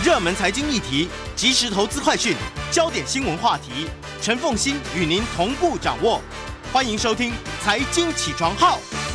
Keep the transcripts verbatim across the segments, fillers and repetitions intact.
热门财经议题、即时投资快讯、焦点新闻话题，陈凤馨与您同步掌握。欢迎收听《财经起床号》。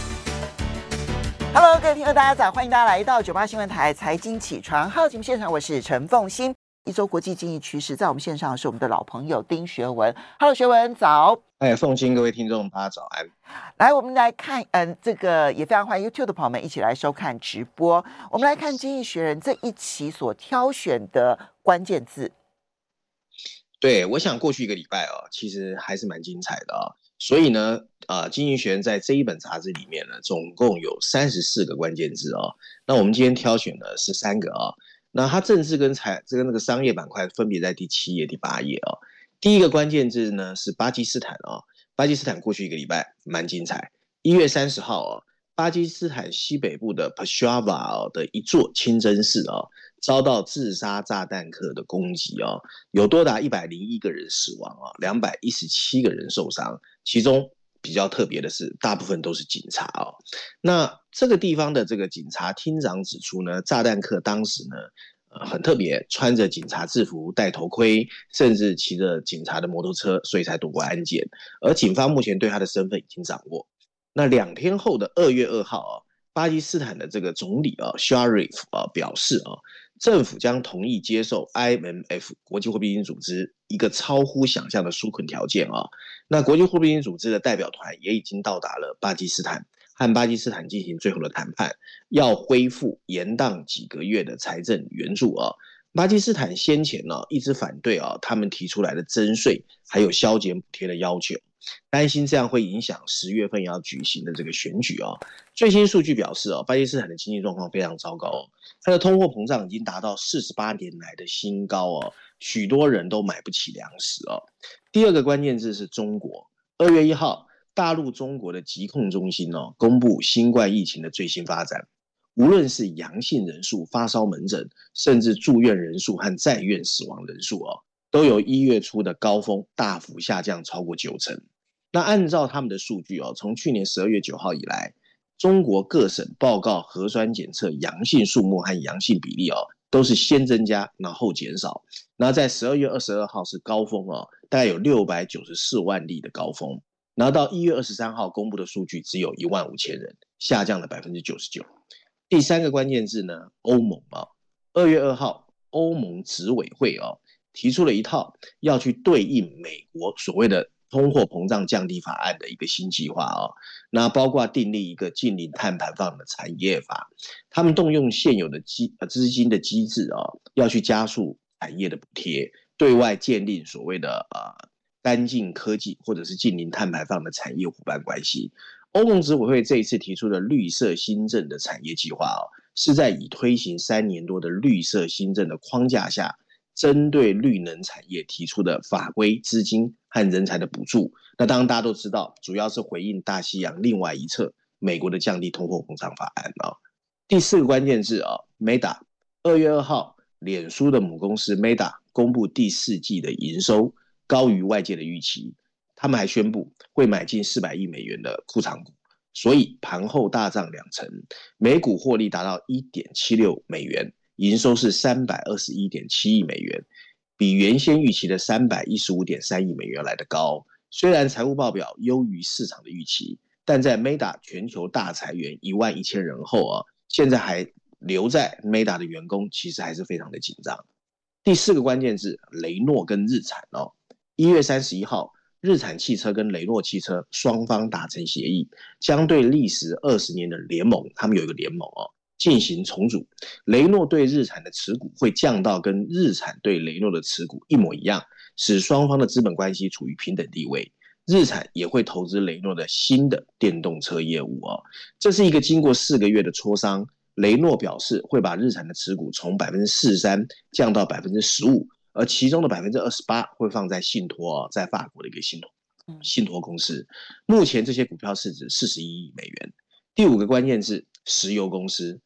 Hello， 各位听众大家早，欢迎大家来到九八新闻台财经起床号节目现场，我是陈凤馨。一周国际经济趋势，在我们线上是我们的老朋友丁学文。Hello， 学文早。 哎，凤馨，各位听众大家早安。 来，我们来看，嗯，这个也非常欢迎 YouTube 的朋友们一起来收看直播。我们来看《经济学人》这一期所挑选的关键字。 对，我想过去一个礼拜哦，其实还是蛮精彩的哦。所以呢，呃，《经济学人》在这一本杂志里面呢，总共有三十四个关键字哦。那我们今天挑选了十三个哦。那它政治跟财这个那个商业板块分别在第七页、第八页哦。第一个关键字呢是巴基斯坦哦。巴基斯坦过去一个礼拜蛮精彩。一月三十号哦，巴基斯坦西北部的 Peshawar 的一座清真寺哦，遭到自杀炸弹客的攻击哦，有多达一百零一个人死亡哦，两百一十七个人受伤，其中比较特别的是，大部分都是警察哦。那这个地方的这个警察厅长指出呢，炸弹客当时呢，呃，很特别，穿着警察制服，戴头盔，甚至骑着警察的摩托车，所以才躲过安检。而警方目前对他的身份已经掌握。那两天后的二月二号啊，巴基斯坦的这个总理啊 Sharif 啊表示啊，政府将同意接受 I M F 国际货币基金组织一个超乎想象的纾困条件啊。那国际货币基金组织的代表团也已经到达了巴基斯坦，和巴基斯坦进行最后的谈判，要恢复延宕几个月的财政援助啊。巴基斯坦先前呢、啊、一直反对啊他们提出来的增税还有削减补贴的要求，担心这样会影响十月份要举行的这个选举啊。最新数据表示啊，巴基斯坦的经济状况非常糟糕哦，它的通货膨胀已经达到四十八年来的新高哦，许多人都买不起粮食哦。第二个关键字是中国。二月一号，大陆中国的疾控中心哦公布新冠疫情的最新发展，无论是阳性人数、发烧门诊，甚至住院人数和在院死亡人数哦，都由一月初的高峰大幅下降超过九成。那按照他们的数据哦，从去年十二月九号以来，中国各省报告核酸检测阳性数目和阳性比例哦，都是先增加然后减少。然后在十二月二十二号是高峰哦，大概有六百九十四万例的高峰。然后到一月二十三号公布的数据只有一万五千人，下降了百分之九十九。第三个关键字呢，欧盟啊，二月二号，欧盟执委会哦提出了一套要去对应美国所谓的通货膨胀降低法案的一个新计划哦，那包括订立一个近零碳排放的产业法，他们动用现有的基资金的机制哦，要去加速产业的补贴，对外建立所谓的呃干净科技或者是近零碳排放的产业伙伴关系。欧盟执委会这一次提出的绿色新政的产业计划哦，是在以推行三年多的绿色新政的框架下，针对绿能产业提出的法规、资金和人才的补助。那当然大家都知道，主要是回应大西洋另外一侧美国的降低通货膨胀法案啊。第四个关键字啊 ，Meta。二月二号，脸书的母公司 Meta 公布第四季的营收高于外界的预期。他们还宣布会买进四百亿美元的库藏股，所以盘后大涨两成，每股获利达到 一点七六美元，营收是 三百二十一点七亿美元，比原先预期的 三百一十五点三亿美元来得高。虽然财务报表优于市场的预期，但在 Meta 全球大裁员一万一千人后啊，现在还留在 Meta 的员工其实还是非常的紧张。第四个关键字，雷诺跟日产哦。一月三十一号，日产汽车跟雷诺汽车双方达成协议，将对历时二十年的联盟，他们有一个联盟哦，进行重组。雷诺对日产的持股会降到跟日产对雷诺的持股一模一样，使双方的资本关系处于平等地位。日产也会投资雷诺的新的电动车业务哦。这是一个经过四个月的磋商，雷诺表示会把日产的持股从 百分之四十三 降到 百分之十五，而其中的 百分之二十八 会放在信托、哦、在法国的一个信托信托公司。目前这些股票市值四十一亿美元。第五个关键字，石油公司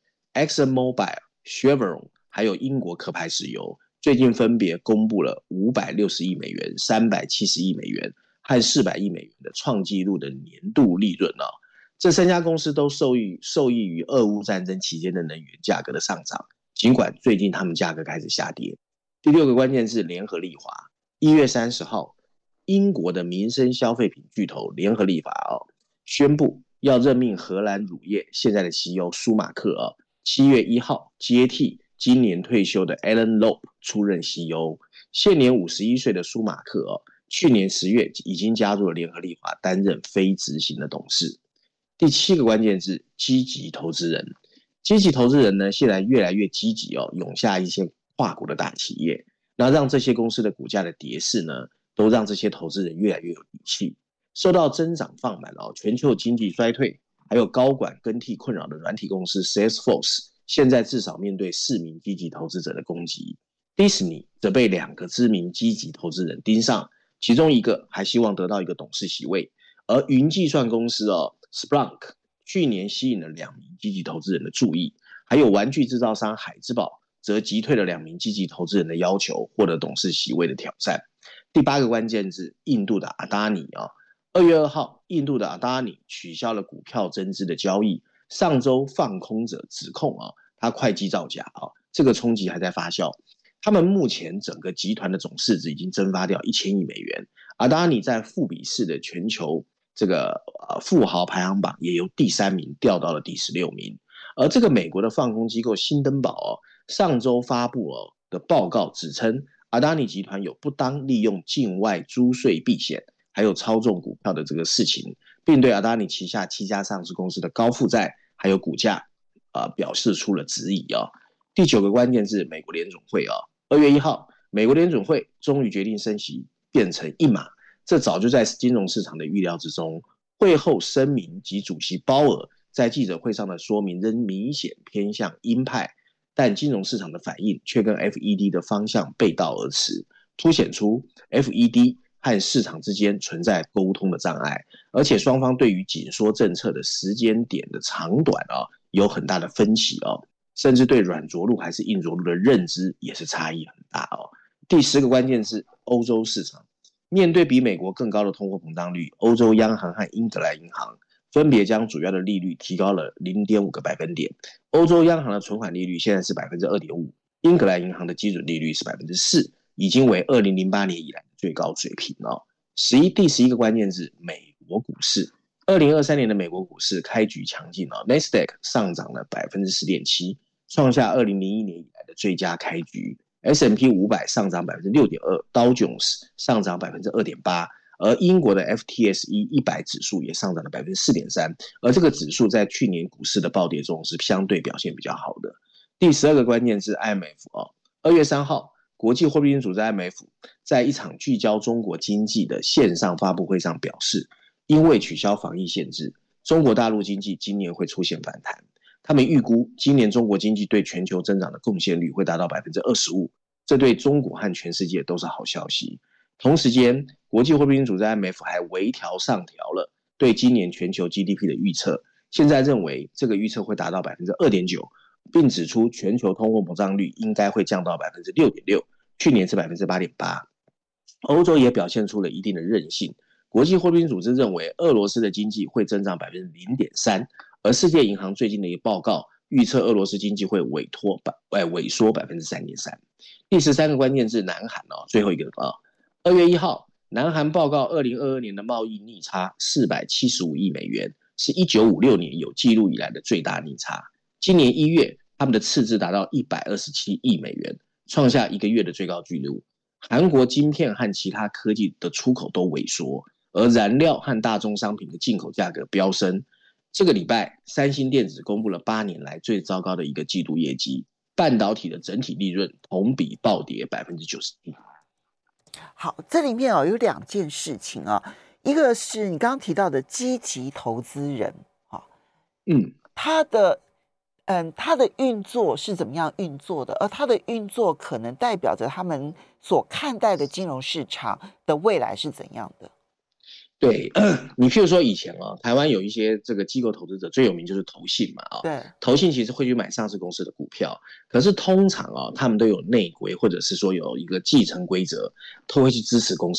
ExxonMobil、Chevron 还有英国壳牌石油，最近分别公布了五百六十亿美元、三百七十亿美元和四百亿美元的创纪录的年度利润哦。这三家公司都受益受益于俄乌战争期间的能源价格的上涨， 尽管最近他们价格开始下跌。第六个关键字联合利华，一月三十号，英国的民生消费品巨头联合利华哦，宣布要任命荷兰乳业现在的 C E O 舒马克哦，七月一号接替今年退休的 Alan Loeb 出任 C E O。现年五十一岁的舒马克哦，去年十月已经加入了联合利华，担任非执行的董事。第七个关键字积极投资人，积极投资人呢，现在越来越积极哦，涌下一些跨国的大企业，那让这些公司的股价的跌势呢，都让这些投资人越来越有底气。受到增长放慢哦，全球经济衰退，还有高管更替困扰的软体公司 Salesforce， 现在至少面对四名积极投资者的攻击。Disney 则被两个知名积极投资人盯上，其中一个还希望得到一个董事席位。而云计算公司哦 Splunk 去年吸引了两名积极投资人的注意，还有玩具制造商海之宝则击退了两名积极投资人的要求，获得董事席位的挑战。第八个关键字印度的阿达尼啊，二月二号，印度的阿达尼取消了股票增资的交易。上周放空者指控啊，他会计造假啊，这个冲击还在发酵。他们目前整个集团的总市值已经蒸发掉一千亿美元。阿达尼在富比士的全球这个呃富豪排行榜也由第三名掉到了第十六名。而这个美国的放空机构新登堡哦，上周发布哦的报告指称，阿达尼集团有不当利用境外租税避险，还有操纵股票的这个事情，并对阿达尼旗下七家上市公司的高负债还有股价呃表示出了质疑哦。第九个关键字美国联准会哦，二月一号，美国联准会终于决定升息变成一码，这早就在金融市场的预料之中。会后声明及主席鲍尔在记者会上的说明仍明显偏向鹰派，但金融市场的反应却跟 F E D 的方向背道而驰，凸显出 F E D 和市场之间存在沟通的障碍，而且双方对于紧缩政策的时间点的长短啊有很大的分歧哦，甚至对软着陆还是硬着陆的认知也是差异很大哦。第十个关键字欧洲市场，面对比美国更高的通货膨胀率，欧洲央行和英格兰银行分别将主要的利率提高了 零点五个百分点。欧洲央行的存款利率现在是 百分之二点五， 英格兰银行的基准利率是 百分之四， 已经为二零零八年以来的最高水平哦。十一第十一个关键字美国股市，二零二三年的美国股市开局强劲哦 ，Nasdaq 上涨了 百分之十点七， 创下二零零一年以来的最佳开局。S and P 五百 上涨 百分之六点二， Dow Jones 上涨 百分之二点八， 而英国的 F T S E 一百指数也上涨了 百分之四点三， 而这个指数在去年股市的暴跌中是相对表现比较好的。第十二个关键字 I M F 哦，二月三号，国际货币基金组织 I M F 在一场聚焦中国经济的线上发布会上表示，因为取消防疫限制，中国大陆经济今年会出现反弹。他们预估今年中国经济对全球增长的贡献率会达到 百分之二十五， 这对中国和全世界都是好消息。同时间，国际货币基金组织 I M F 还微调上调了对今年全球 G D P 的预测，现在认为这个预测会达到 百分之二点九， 并指出全球通货膨胀率应该会降到 百分之六点六， 去年是 百分之八点八。 欧洲也表现出了一定的韧性，国际货币基金组织认为俄罗斯的经济会增长 百分之零点三，而世界银行最近的一个报告预测俄罗斯经济会萎缩萎缩 百分之三点三。 第十三个关键字南韩哦，最后一个啊，二月一号，南韩报告二零二二年的贸易逆差四百七十五亿美元，是一九五六年有记录以来的最大逆差。今年一月，他们的赤字达到一百二十七亿美元，创下一个月的最高纪录。韩国晶片和其他科技的出口都萎缩，而燃料和大宗商品的进口价格飙升。这个礼拜，三星电子公布了八年来最糟糕的一个季度业绩，半导体的整体利润同比暴跌 百分之九十一。 好，这里面哦有两件事情啊，一个是你刚刚提到的积极投资人啊， 嗯， 他的嗯他的运作是怎么样运作的，而他的运作可能代表着他们所看待的金融市场的未来是怎样的。 对，你譬如说以前啊，台湾有一些这个机构投资者最有名就是投信嘛啊， 对， 投信其实会去买上市公司的股票，可是通常啊，他们都有内规或者是说有一个继承规则，都会去支持公司派，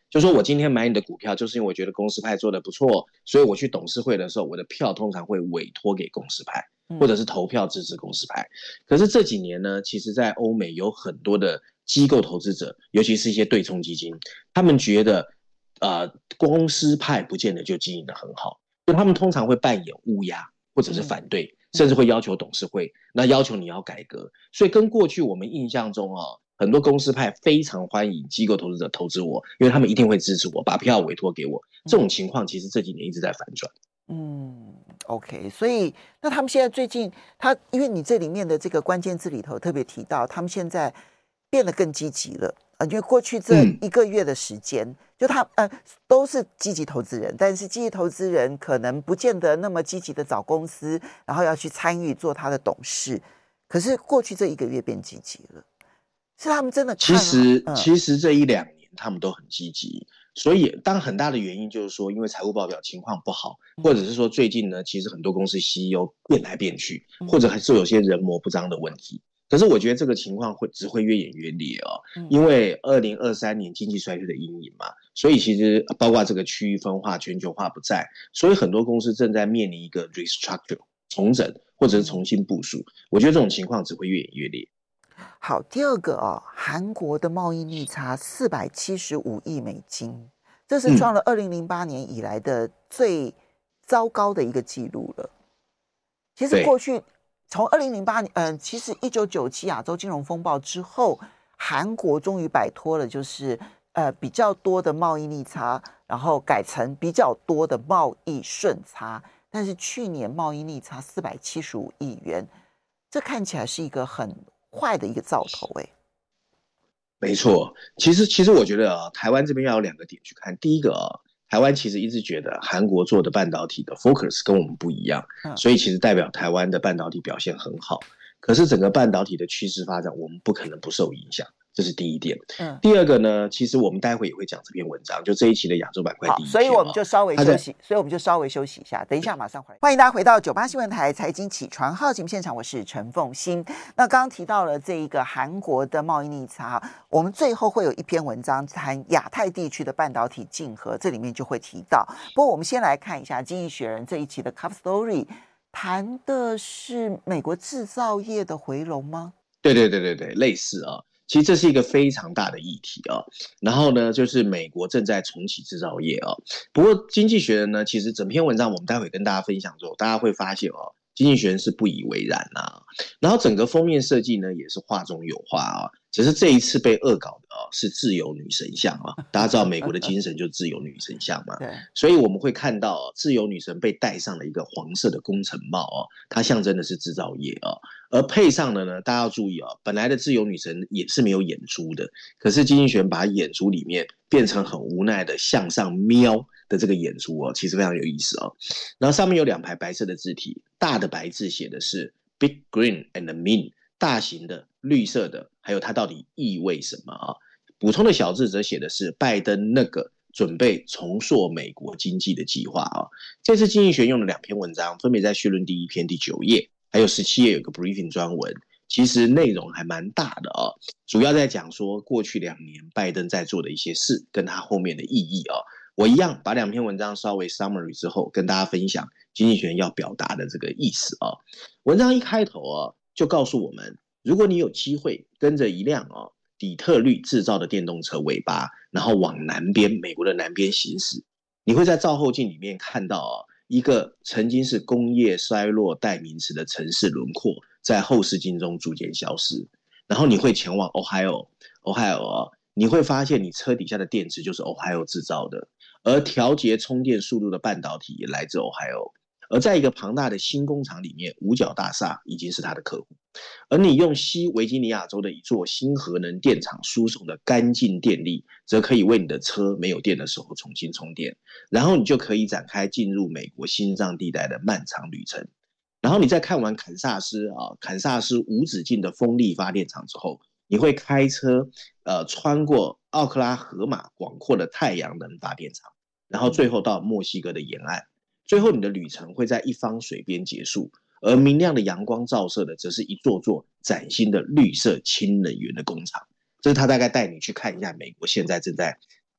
就说我今天买你的股票，就是因为我觉得公司派做得不错，所以我去董事会的时候，我的票通常会委托给公司派，或者是投票支持公司派。可是这几年呢，其实在欧美有很多的机构投资者，尤其是一些对冲基金，他们觉得呃公司派不见得就经营得很好，所以他们通常会扮演乌鸦或者是反对，嗯、甚至会要求董事会，那要求你要改革。所以跟过去我们印象中哦，很多公司派非常欢迎机构投资者投资我，因为他们一定会支持我，把票委托给我。这种情况其实这几年一直在反转。 嗯 ，OK， 所以那他们现在最近，他因为你这里面的这个关键字里头特别提到，他们现在变得更积极了啊、呃，因为过去这一个月的时间，嗯、就他呃都是积极投资人，但是积极投资人可能不见得那么积极的找公司，然后要去参与做他的董事，可是过去这一个月变积极了。是他们真的看其实、 嗯、 其实这一两年他们都很积极，所以当然很大的原因就是说，因为财务报表情况不好，或者是说最近呢，其实很多公司 C E O 变来变去，或者还是有些人模不彰的问题。可是我觉得这个情况会只会越演越烈哦，因为二零二三年经济衰退的阴影嘛，所以其实包括这个区域分化、全球化不在，所以很多公司正在面临一个 restructure 重整或者是重新部署。我觉得这种情况只会越演越烈。 好，第二个哦，韩国的贸易逆差四百七十五亿美金，这是创了二零零八年以来的最糟糕的一个记录了。其实过去从二零零八年，嗯、呃，其实一九九七亚洲金融风暴之后，韩国终于摆脱了就是呃比较多的贸易逆差，然后改成比较多的贸易顺差。但是去年贸易逆差四百七十五亿元，这看起来是一个很坏的一个兆头。哎， 没错，其实其实我觉得啊，台湾这边要有两个点去看。第一个啊，台湾其实一直觉得韩国做的半导体的 focus 跟我们不一样，嗯、所以其实代表台湾的半导体表现很好。可是整个半导体的趋势发展，我们不可能不受影响。这是第一点。嗯，第二个呢，其实我们待会也会讲这篇文章，就这一期的亚洲板块第一篇。 所以我们就稍微休息，所以我们就稍微休息一下，等一下马上回来。欢迎大家回到九八新闻台财经起床号节目现场，我是陈凤馨。那刚刚提到了这一个韩国的贸易逆差，我们最后会有一篇文章谈亚太地区的半导体竞合，这里面就会提到。不过我们先来看一下《经济学人》这一期的 Cover Story， 谈的是美国制造业的回笼吗？ 对对对对对，类似啊。其实这是一个非常大的议题啊，然后呢，就是美国正在重启制造业啊。不过经济学人呢，其实整篇文章我们待会跟大家分享之后，大家会发现哦，经济学人是不以为然啊。然后整个封面设计呢，也是画中有画啊。只是这一次被恶搞的哦，是自由女神像啊！大家知道美国的精神就是自由女神像嘛，对，所以我们会看到、哦、自由女神被戴上了一个黄色的工程帽哦，它象征的是制造业哦，而配上的呢，大家要注意哦，本来的自由女神也是没有眼珠的，可是经济学人把眼珠里面变成很无奈的向上瞄的这个眼珠哦，其实非常有意思哦。然后上面有两排白色的字体，大的白字写的是 Big Green and Mean。大型的绿色的，还有它到底意味什么啊？补充的小字则写的是拜登那个准备重塑美国经济的计划啊。这次经济学用了两篇文章，分别在序论第一篇第九页，还有十七页有个 briefing 专文，其实内容还蛮大的啊。主要在讲说过去两年拜登在做的一些事，跟他后面的意义啊。我一样把两篇文章稍微 summary 之后，跟大家分享经济学要表达的这个意思啊。文章一开头啊。就告诉我们，如果你有机会跟着一辆哦底特律制造的电动车尾巴，然后往南边美国的南边行驶，你会在照后镜里面看到哦一个曾经是工业衰落代名词的城市轮廓，在后视镜中逐渐消失。然后你会前往 Ohio， Ohio 哦，你会发现你车底下的电池就是 Ohio 制造的，而调节充电速度的半导体也来自 Ohio。而在一个庞大的新工厂里面，五角大厦已经是他的客户。而你用西维吉尼亚州的一座新核能电厂输送的干净电力，则可以为你的车没有电的时候重新充电，然后你就可以展开进入美国心脏地带的漫长旅程。然后你在看完堪萨斯啊，堪萨斯无止境的风力发电厂之后，你会开车呃穿过奥克拉荷马广阔的太阳能发电厂，然后最后到墨西哥的沿岸。最后你的旅程会在一方水边结束，而明亮的阳光照射的则是一座座崭新的绿色氢能源的工厂。这是他大概带你去看一下美国现在正在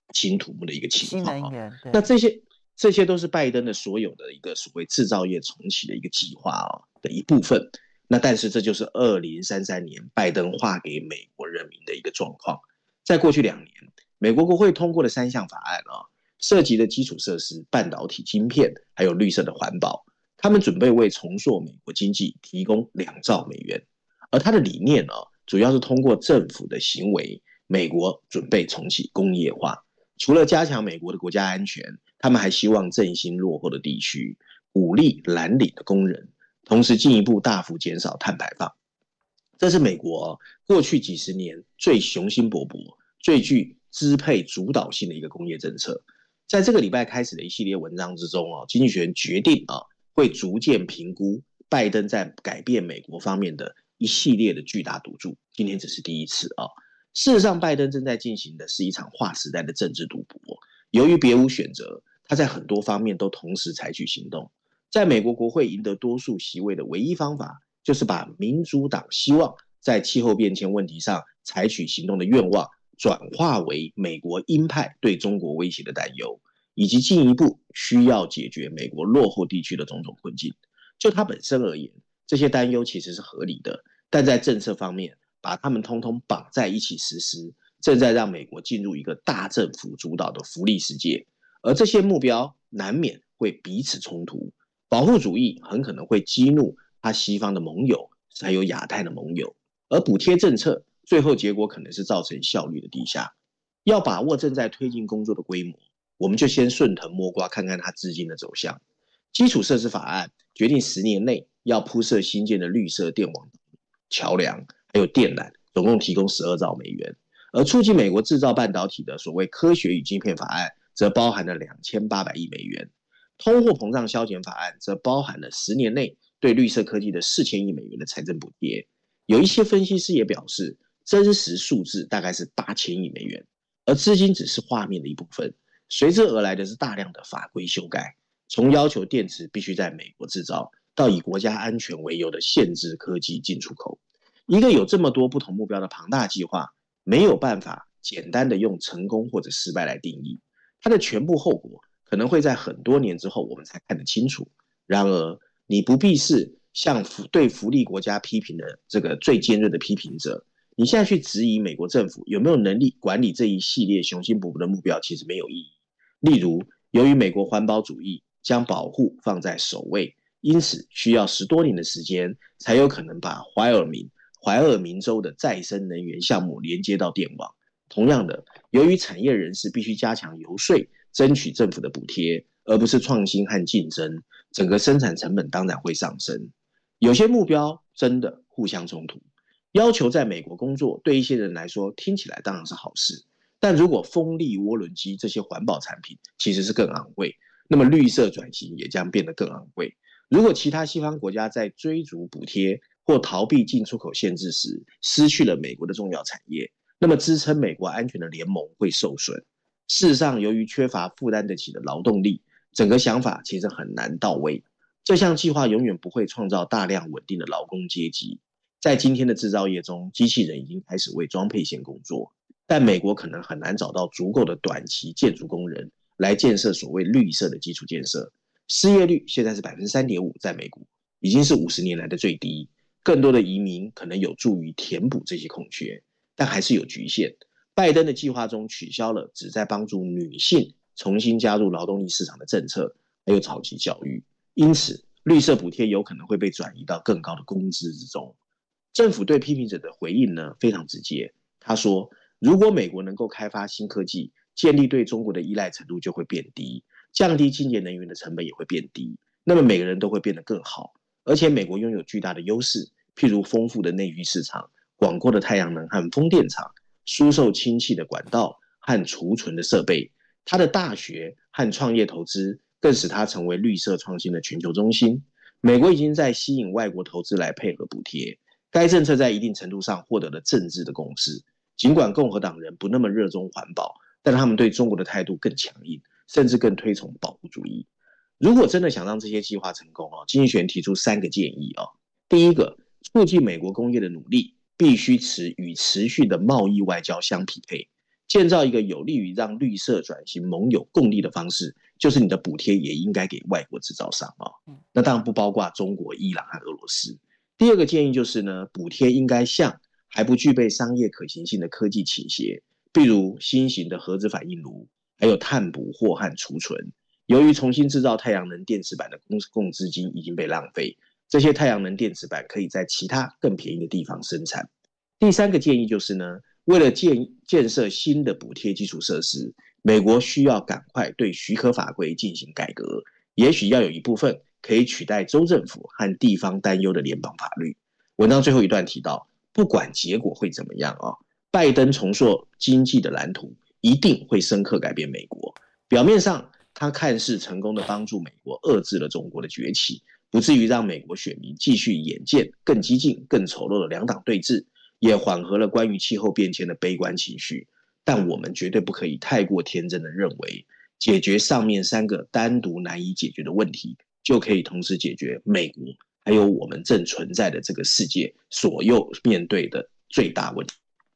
新土木的一个情新况、 能源，对， 那这些这些都是拜登的所有的一个所谓制造业重启的一个计划、哦、的一部分。那但是这就是二零三三年拜登划给美国人民的一个状况。在过去两年，美国国会通过的三项法案啊，涉及的基础设施、半导体晶片，还有绿色的环保，他们准备为重塑美国经济提供两兆美元。而他的理念啊，主要是通过政府的行为，美国准备重启工业化。除了加强美国的国家安全，他们还希望振兴落后的地区，鼓励蓝领的工人，同时进一步大幅减少碳排放。这是美国过去几十年最雄心勃勃、最具支配主导性的一个工业政策。在这个礼拜开始的一系列文章之中，经济学人决定会逐渐评估拜登在改变美国方面的一系列的巨大赌注。今天只是第一次啊。事实上，拜登正在进行的是一场划时代的政治赌博。由于别无选择，他在很多方面都同时采取行动。在美国国会赢得多数席位的唯一方法，就是把民主党希望在气候变迁问题上采取行动的愿望，转化为美国鹰派对中国威胁的担忧，以及进一步需要解决美国落后地区的种种困境。就它本身而言，这些担忧其实是合理的，但在政策方面，把它们通通绑在一起实施，正在让美国进入一个大政府主导的福利世界，而这些目标难免会彼此冲突。保护主义很可能会激怒他西方的盟友，还有亚太的盟友，而补贴政策最后结果可能是造成效率的低下。要把握正在推进工作的规模，我们就先顺藤摸瓜，看看它资金的走向。基础设施法案决定十年内要铺设新建的绿色电网、桥梁还有电缆，总共提供十二兆美元。而促进美国制造半导体的所谓科学与晶片法案则包含了两千八百亿美元。通货膨胀削减法案则包含了十年内对绿色科技的四千亿美元的财政补贴。有一些分析师也表示，真实数字大概是八千亿美元，而资金只是画面的一部分。随之而来的是大量的法规修改，从要求电池必须在美国制造，到以国家安全为由的限制科技进出口。一个有这么多不同目标的庞大计划，没有办法简单的用成功或者失败来定义，它的全部后果可能会在很多年之后我们才看得清楚。然而，你不必是像对福利国家批评的这个最尖锐的批评者，你现在去质疑美国政府有没有能力管理这一系列雄心勃勃的目标，其实没有意义。例如，由于美国环保主义将保护放在首位，因此需要十多年的时间才有可能把怀俄明怀俄明州的再生能源项目连接到电网。同样的，由于产业人士必须加强游说，争取政府的补贴，而不是创新和竞争，整个生产成本当然会上升。有些目标真的互相冲突。要求在美国工作对一些人来说听起来当然是好事，但如果风力、涡轮机这些环保产品其实是更昂贵，那么绿色转型也将变得更昂贵。如果其他西方国家在追逐补贴或逃避进出口限制时失去了美国的重要产业，那么支撑美国安全的联盟会受损。事实上，由于缺乏负担得起的劳动力，整个想法其实很难到位。这项计划永远不会创造大量稳定的劳工阶级。在今天的制造业中，机器人已经开始为装配线工作，但美国可能很难找到足够的短期建筑工人来建设所谓绿色的基础建设。失业率现在是 百分之三点五， 在美国已经是五十年来的最低。更多的移民可能有助于填补这些空缺，但还是有局限。拜登的计划中取消了旨在帮助女性重新加入劳动力市场的政策，还有早期教育，因此绿色补贴有可能会被转移到更高的工资之中。政府对批评者的回应呢非常直接，他说，如果美国能够开发新科技，建立对中国的依赖程度就会变低，降低清洁能源的成本也会变低，那么每个人都会变得更好。而且美国拥有巨大的优势，譬如丰富的内需市场、广阔的太阳能和风电场、输送氢气的管道和储存的设备。它的大学和创业投资更使它成为绿色创新的全球中心。美国已经在吸引外国投资来配合补贴，该政策在一定程度上获得了政治的共识。尽管共和党人不那么热衷环保，但他们对中国的态度更强硬，甚至更推崇保护主义。如果真的想让这些计划成功，经济学人提出三个建议。第一个，促进美国工业的努力必须与持续的贸易外交相匹配。 建造一个有利于让绿色转型盟友共利的方式，就是你的补贴也应该给外国制造商啊、哦。那当然不包括中国、伊朗和俄罗斯。第二个建议就是呢，补贴应该向还不具备商业可行性的科技倾斜，譬如新型的核子反应炉，还有碳捕获和储存。由于重新制造太阳能电池板的公共资金已经被浪费，这些太阳能电池板可以在其他更便宜的地方生产。第三个建议就是呢，为了 建, 建设新的补贴基础设施，美国需要赶快对许可法规进行改革，也许要有一部分可以取代州政府和地方担忧的联邦法律。文章最后一段提到，不管结果会怎么样啊，拜登重塑经济的蓝图一定会深刻改变美国。表面上他看似成功的帮助美国遏制了中国的崛起，不至于让美国选民继续眼见更激进、更丑陋的两党对峙，也缓和了关于气候变迁的悲观情绪。但我们绝对不可以太过天真的认为，解决上面三个单独难以解决的问题，就可以同时解决美国还有我们正存在的这个世界所有面对的最大问题。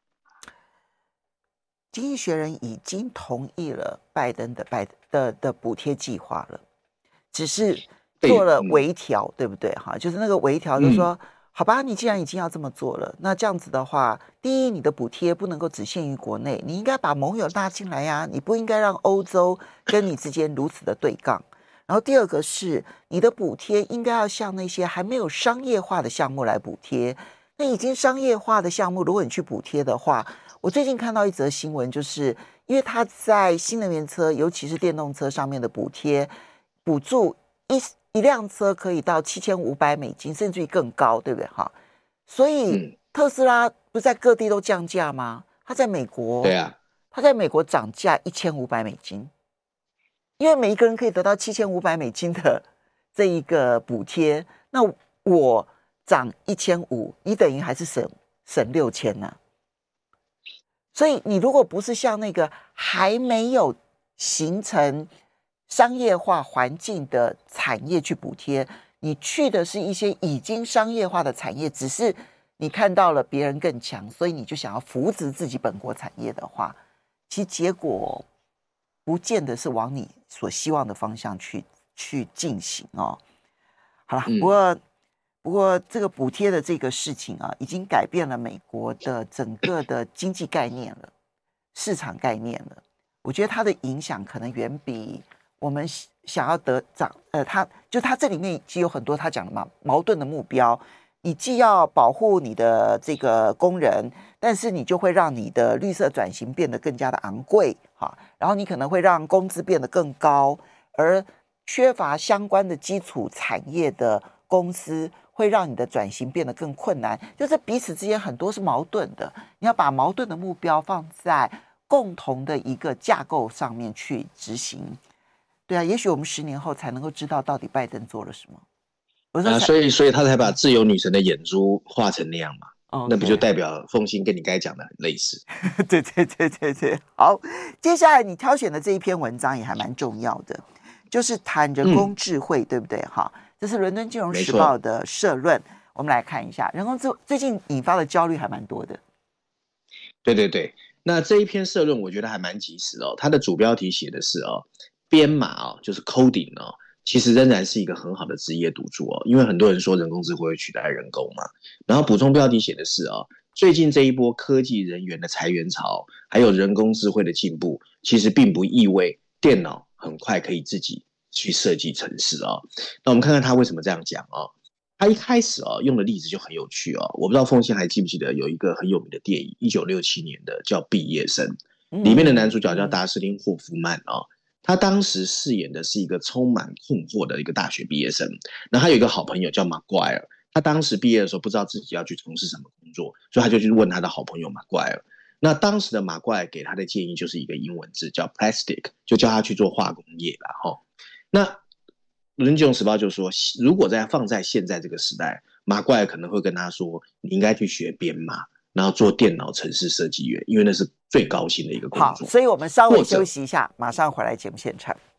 经济学人已经同意了拜登的拜的的补贴计划了，只是做了微调，对不对？哈，就是那个微调，就是说，嗯、好吧，你既然已经要这么做了，那这样子的话，第一，你的补贴不能够只限于国内，你应该把盟友拉进来呀，你不应该让欧洲跟你之间如此的对杠。然后第二个是，你的补贴应该要向那些还没有商业化的项目来补贴。那已经商业化的项目，如果你去补贴的话，我最近看到一则新闻，就是因为它在新能源车，尤其是电动车上面的补贴，补助一一辆车可以到七千五百美金，甚至于更高，对不对？哈，所以特斯拉不是在各地都降价吗？它在美国， 对啊， 它在美国涨价一千五百美金，因为每一个人可以得到七千五百美金的这一个补贴，那我涨一千五，你等于还是省省六千呢。所以你如果不是像那个还没有形成商业化环境的产业去补贴，你去的是一些已经商业化的产业，只是你看到了别人更强，所以你就想要扶植自己本国产业的话，其实结果不见得是往你所希望的方向去去进行哦。好了，不过、嗯、不过这个补贴的这个事情啊，已经改变了美国的整个的经济概念了，市场概念了。我觉得它的影响可能远比我们想要得长，呃，它就它这里面其实有很多他讲的嘛矛盾的目标。你既要保护你的这个工人，但是你就会让你的绿色转型变得更加的昂贵，哈，然后你可能会让工资变得更高，而缺乏相关的基础产业的公司会让你的转型变得更困难，就是彼此之间很多是矛盾的，你要把矛盾的目标放在共同的一个架构上面去执行。对啊，也许我们十年后才能够知道到底拜登做了什么。 啊，所以所以他才把自由女神的眼珠画成那样嘛， okay. 那不就代表凤馨跟你刚才讲的很类似？ 对对对对对。好，接下来你挑选的这一篇文章也还蛮重要的，就是谈人工智慧，嗯、对不对？哈，这是伦敦金融时报的社论，我们来看一下，人工智慧最近引发的焦虑还蛮多的。 对对对，那这一篇社论我觉得还蛮及时哦，它的主标题写的是哦，编码哦，就是 coding 哦。其实仍然是一个很好的职业赌注哦，因为很多人说人工智慧会取代人工嘛。然后补充标题写的是哦，最近这一波科技人员的裁员潮，还有人工智慧的进步，其实并不意味电脑很快可以自己去设计程式哦。那我们看看他为什么这样讲哦。他一开始哦用的例子就很有趣哦，我不知道凤馨还记不记得有一个很有名的电影，一九六七年的叫《毕业生》，里面的男主角叫达斯汀·霍夫曼哦。他当时饰演的是一个充满困惑的一个大学毕业生，然后他有一个好朋友叫马盖尔，他当时毕业的时候不知道自己要去从事什么工作，所以他就去问他的好朋友马盖尔。那当时的马盖尔给他的建议就是一个英文字叫 plastic， 就叫他去做化工业啦。齁，那伦敦金融时报就说，如果在放在现在这个时代，马盖尔可能会跟他说，你应该去学编码，然后做电脑程式设计员，因为那是最高薪的一个工作。 好，所以我们稍微休息一下，马上回来节目现场。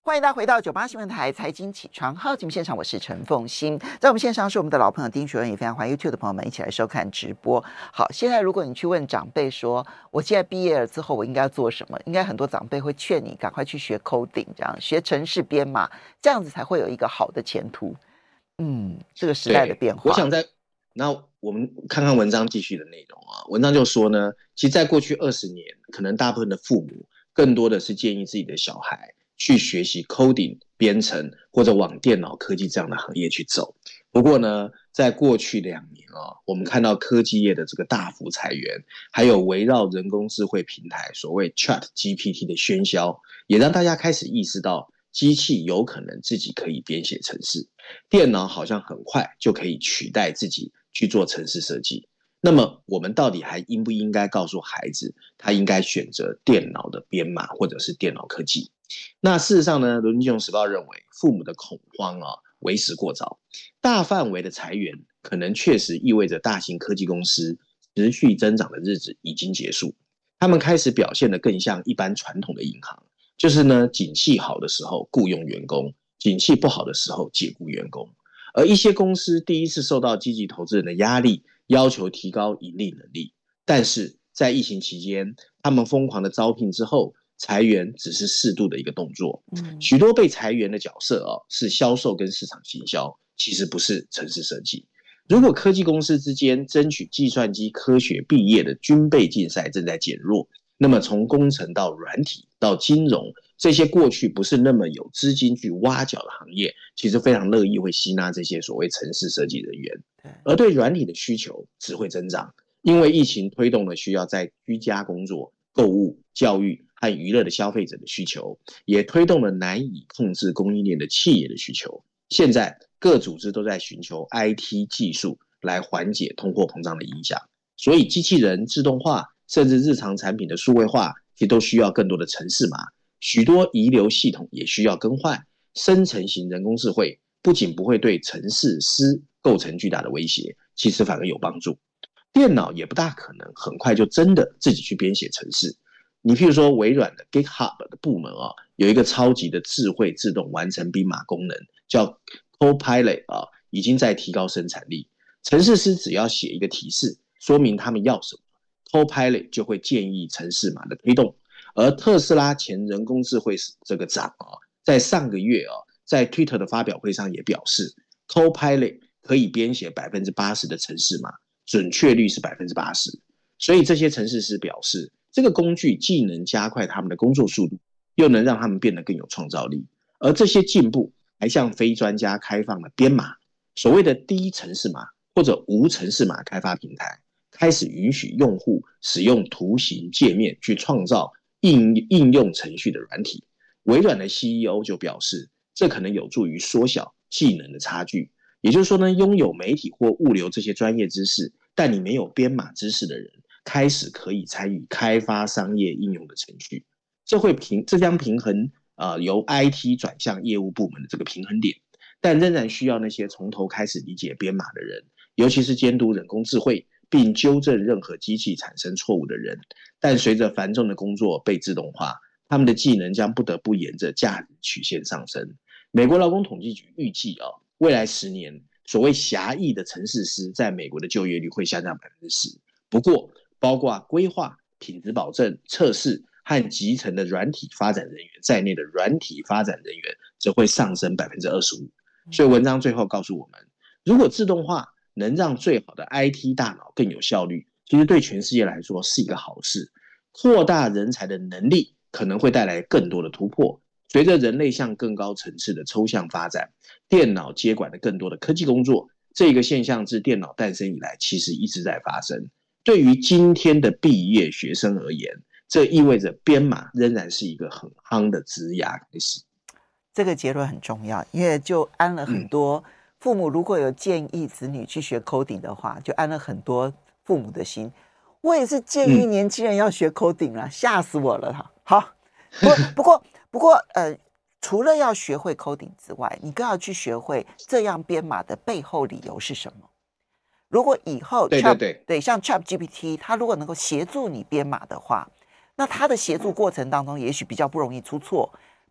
欢迎大家回到九八新闻台财经起床号节目现场，我是陈凤馨，在我们线上是我们的老朋友丁学文，也非常欢迎 YouTube 的朋友们一起来收看直播。好，现在如果你去问长辈说，我现在毕业了之后我应该要做什么，应该很多长辈会劝你赶快去学 coding， 这样学程式编码，这样子才会有一个好的前途。嗯，这个时代的变化， 我想在那我们看看文章继续的内容啊。文章就说呢，其实在过去二十年，可能大部分的父母更多的是建议自己的小孩去学习 coding 编程或者往电脑科技这样的行业去走。不过呢，在过去两年啊，我们看到科技业的这个大幅裁员，还有围绕人工智慧平台所谓 Chat G P T 的喧嚣，也让大家开始意识到机器有可能自己可以编写程式，电脑好像很快就可以取代自己去做程式设计。那么我们到底还应不应该告诉孩子他应该选择电脑的编码或者是电脑科技？那事实上呢，伦敦金融时报认为父母的恐慌啊为时过早，大范围的裁员可能确实意味着大型科技公司持续增长的日子已经结束，他们开始表现得更像一般传统的银行，就是呢景气好的时候雇佣员工，景气不好的时候解雇员工。而一些公司第一次受到积极投资人的压力，要求提高盈利能力，但是在疫情期间他们疯狂的招聘之后，裁员只是适度的一个动作。嗯，许多被裁员的角色哦，是销售跟市场行销，其实不是程式设计。如果科技公司之间争取计算机科学毕业的军备竞赛正在减弱，那么从工程到软体到金融，这些过去不是那么有资金去挖角的行业，其实非常乐意会吸纳这些所谓程式设计人员。而对软体的需求只会增长，因为疫情推动了需要在居家工作、购物、教育和娱乐的消费者的需求，也推动了难以控制供应链的企业的需求。现在各组织都在寻求 I T 技术来缓解通货膨胀的影响，所以机器人、自动化甚至日常产品的数位化其实都需要更多的程式码，许多遗留系统也需要更换。生成型人工智慧不仅不会对程式师构成巨大的威胁，其实反而有帮助。电脑也不大可能很快就真的自己去编写程式。你譬如说微软的 GitHub 的部门啊，有一个超级的智慧自动完成编码功能叫 Copilot 啊，已经在提高生产力。程式师只要写一个提示，说明他们要什么， Copilot 就会建议程式码的推动。而特斯拉前人工智慧这个长啊，在上个月啊，在 Twitter 的发表会上也表示 Copilot 可以编写 百分之八十 的程式码，准确率是 百分之八十。 所以这些程式师表示，这个工具既能加快他们的工作速度，又能让他们变得更有创造力。而这些进步还向非专家开放了编码，所谓的低程式码或者无程式码开发平台，开始允许用户使用图形界面去创造应应用程序的软体。微软的 C E O 就表示，这可能有助于缩小技能的差距。也就是说呢，拥有媒体或物流这些专业知识，但你没有编码知识的人，开始可以参与开发商业应用的程序。这会平这将平衡、呃、由 I T 转向业务部门的这个平衡点，但仍然需要那些从头开始理解编码的人，尤其是监督人工智慧并纠正任何机器产生错误的人。但随着繁重的工作被自动化，他们的技能将不得不沿着价值曲线上升。美国劳工统计局预计、哦、未来十年所谓狭义的程式师在美国的就业率会下降 百分之十。 不过包括规划、品质保证、测试和集成的软体发展人员在内的软体发展人员则会上升 百分之二十五。 所以文章最后告诉我们，如果自动化能让最好的 I T 大脑更有效率，其实对全世界来说是一个好事。扩大人才的能力可能会带来更多的突破。随着人类向更高层次的抽象发展，电脑接管了更多的科技工作，这个现象自电脑诞生以来其实一直在发生。对于今天的毕业学生而言，这意味着编码仍然是一个很夯的职涯开始。 这个结论很重要，因为就安了很多、嗯、父母如果有建议子女去学 coding 的话，就安了很多父母的心。我也是建议年轻人要学 coding 啦、嗯、吓死我了。好，不过不过不过呃，除了要学会 coding 之外，你更要去学会这样编码的背后理由是什么。如果以后对对对对像 Chat G P T 它如果能够协助你编码的话，那它的协助过程当中也许比较不容易出错，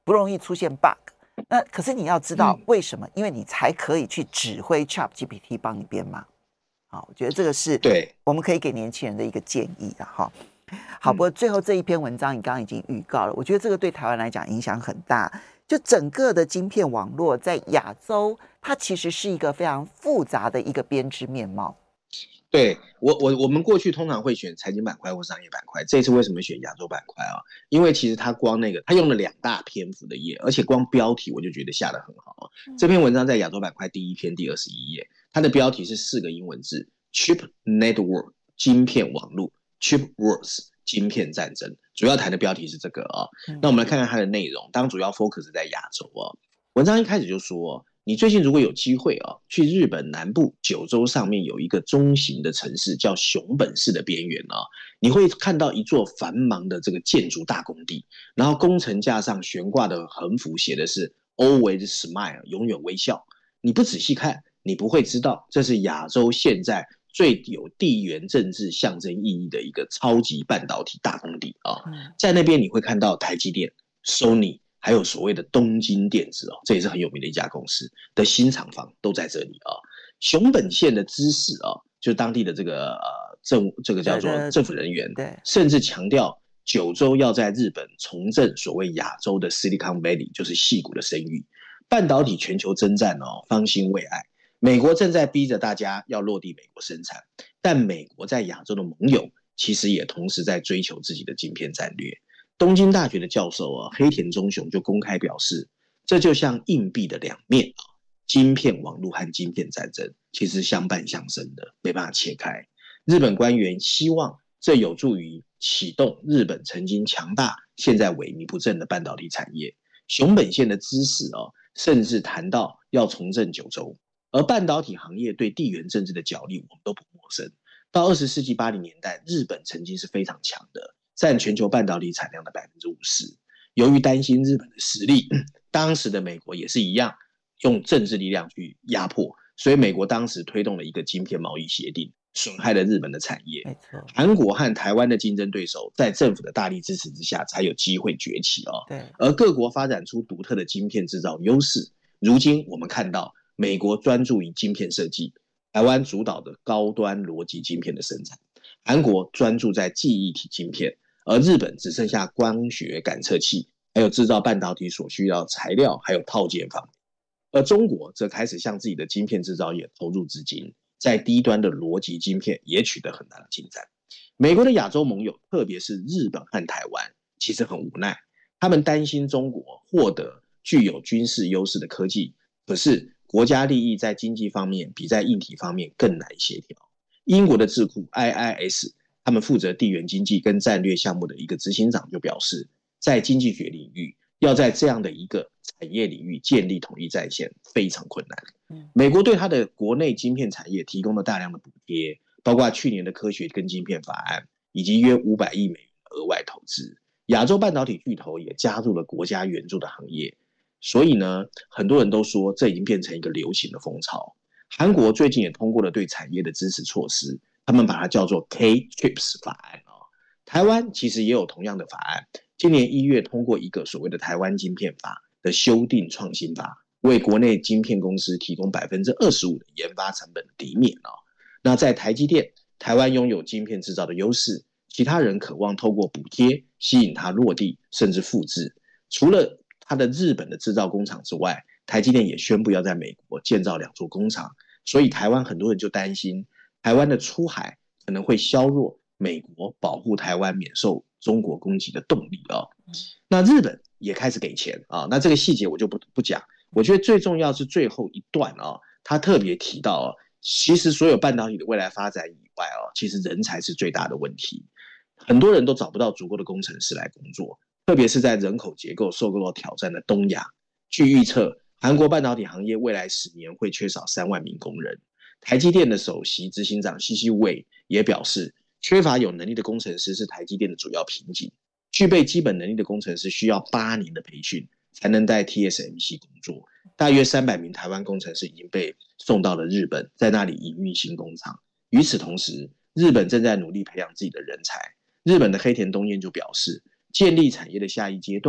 不容易出现 bug。那可是你要知道为什么？嗯、因为你才可以去指挥 ChatGPT 帮你编码。好，我觉得这个是对我们可以给年轻人的一个建议的哈。好，不过最后这一篇文章你刚刚已经预告了，我觉得这个对台湾来讲影响很大。就整个的晶片网络在亚洲，它其实是一个非常复杂的一个编织面貌。 对我我我们过去通常会选财经板块或商业板块，这次为什么选亚洲板块啊？因为其实它光那个它用了两大篇幅的页，而且光标题我就觉得下得很好。嗯、这篇文章在亚洲板块第一篇第二十一页，它的标题是四个英文字 ：Chip Network 晶片网络 ，Chip Wars 晶片战争。主要谈的标题是这个啊。嗯、那我们来看看它的内容，当主要 focus 在亚洲啊。文章一开始就说。你最近如果有机会啊，去日本南部九州上面有一个中型的城市叫熊本市的边缘啊，你会看到一座繁忙的这个建筑大工地，然后工程架上悬挂的横幅写的是 Always Smile 永远微笑。你不仔细看，你不会知道这是亚洲现在最有地缘政治象征意义的一个超级半导体大工地啊。在那边你会看到台积电、Sony。还有所谓的东京电子哦，这也是很有名的一家公司的新厂房都在这里啊。熊本县的知事啊，就是当地的这个呃政这个叫做政府人员， 对， 甚至强调九州要在日本重振所谓亚洲的 Silicon Valley， 就是矽谷的声誉。半导体全球征战哦，方兴未艾。美国正在逼着大家要落地美国生产，但美国在亚洲的盟友其实也同时在追求自己的晶片战略。东京大学的教授啊，黑田忠雄就公开表示，这就像硬币的两面啊，晶片网络和晶片战争其实相伴相生的，没办法切开。日本官员希望这有助于启动日本曾经强大、现在萎靡不振的半导体产业。熊本县的知识啊，甚至谈到要重振九州，而半导体行业对地缘政治的角力，我们都不陌生。到二十世纪八零年代，日本曾经是非常强的。占全球半导体产量的 百分之五十。 由于担心日本的实力，当时的美国也是一样用政治力量去压迫，所以美国当时推动了一个晶片贸易协定，损害了日本的产业。 没错， 韩国和台湾的竞争对手在政府的大力支持之下才有机会崛起哦。 对， 而各国发展出独特的晶片制造优势。如今我们看到美国专注于晶片设计，台湾主导的高端逻辑晶片的生产，韩国专注在记忆体晶片，而日本只剩下光学感测器，还有制造半导体所需要材料，还有套件方面。而中国则开始向自己的晶片制造业投入资金，在低端的逻辑晶片也取得很大的进展。美国的亚洲盟友，特别是日本和台湾，其实很无奈，他们担心中国获得具有军事优势的科技，可是国家利益在经济方面比在硬体方面更难协调。英国的智库 I I S，他们负责地缘经济跟战略项目的一个执行长就表示，在经济学领域，要在这样的一个产业领域建立统一战线非常困难。美国对它的国内晶片产业提供了大量的补贴，包括去年的科学跟晶片法案，以及约五百亿美元的额外投资。亚洲半导体巨头也加入了国家援助的行业，所以呢，很多人都说这已经变成一个流行的风潮。韩国最近也通过了对产业的支持措施，他们把它叫做 K-TRIPS 法案哦。台湾其实也有同样的法案，今年一月通过一个所谓的台湾晶片法的修订创新法，为国内晶片公司提供 百分之二十五 的研发成本抵免哦。那在台积电，台湾拥有晶片制造的优势，其他人渴望透过补贴吸引它落地甚至复制。除了它的日本的制造工厂之外，台积电也宣布要在美国建造两座工厂，所以台湾很多人就担心台湾的出海可能会削弱美国保护台湾免受中国攻击的动力哦。那日本也开始给钱啊，那这个细节我就不不讲。我觉得最重要是最后一段啊，他特别提到啊，其实所有半导体的未来发展以外啊，其实人才是最大的问题。很多人都找不到足够的工程师来工作，特别是在人口结构受到挑战的东亚。据预测，韩国半导体行业未来十年会缺少三万名工人。台积电的首席执行长西西魏也表示，缺乏有能力的工程师是台积电的主要瓶颈。具备基本能力的工程师需要八年的培训，才能在 T S M C 工作。大约三百名台湾工程师已经被送到了日本，在那里营运新工厂。与此同时，日本正在努力培养自己的人才。日本的黑田东彦就表示，建立产业的下一阶段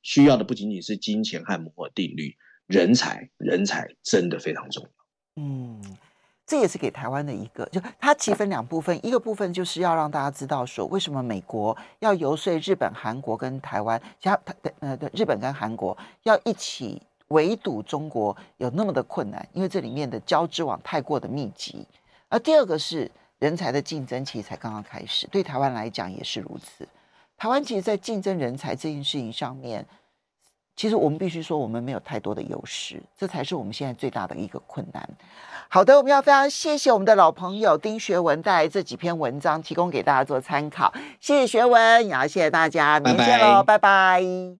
需要的不仅仅是金钱和摩尔定律，人才，人才真的非常重要。 嗯，这也是给台湾的一个，就它其分两部分，一个部分就是要让大家知道说，为什么美国要游说日本、韩国跟台湾，其他呃日本跟韩国要一起围堵中国有那么的困难，因为这里面的交织网太过的密集。而第二个是人才的竞争，其实才刚刚开始，对台湾来讲也是如此。台湾其实在竞争人才这件事情上面，其实我们必须说我们没有太多的优势，这才是我们现在最大的一个困难。好的，我们要非常谢谢我们的老朋友丁学文带来这几篇文章，提供给大家做参考。谢谢学文，也要谢谢大家，明天见喽，拜拜。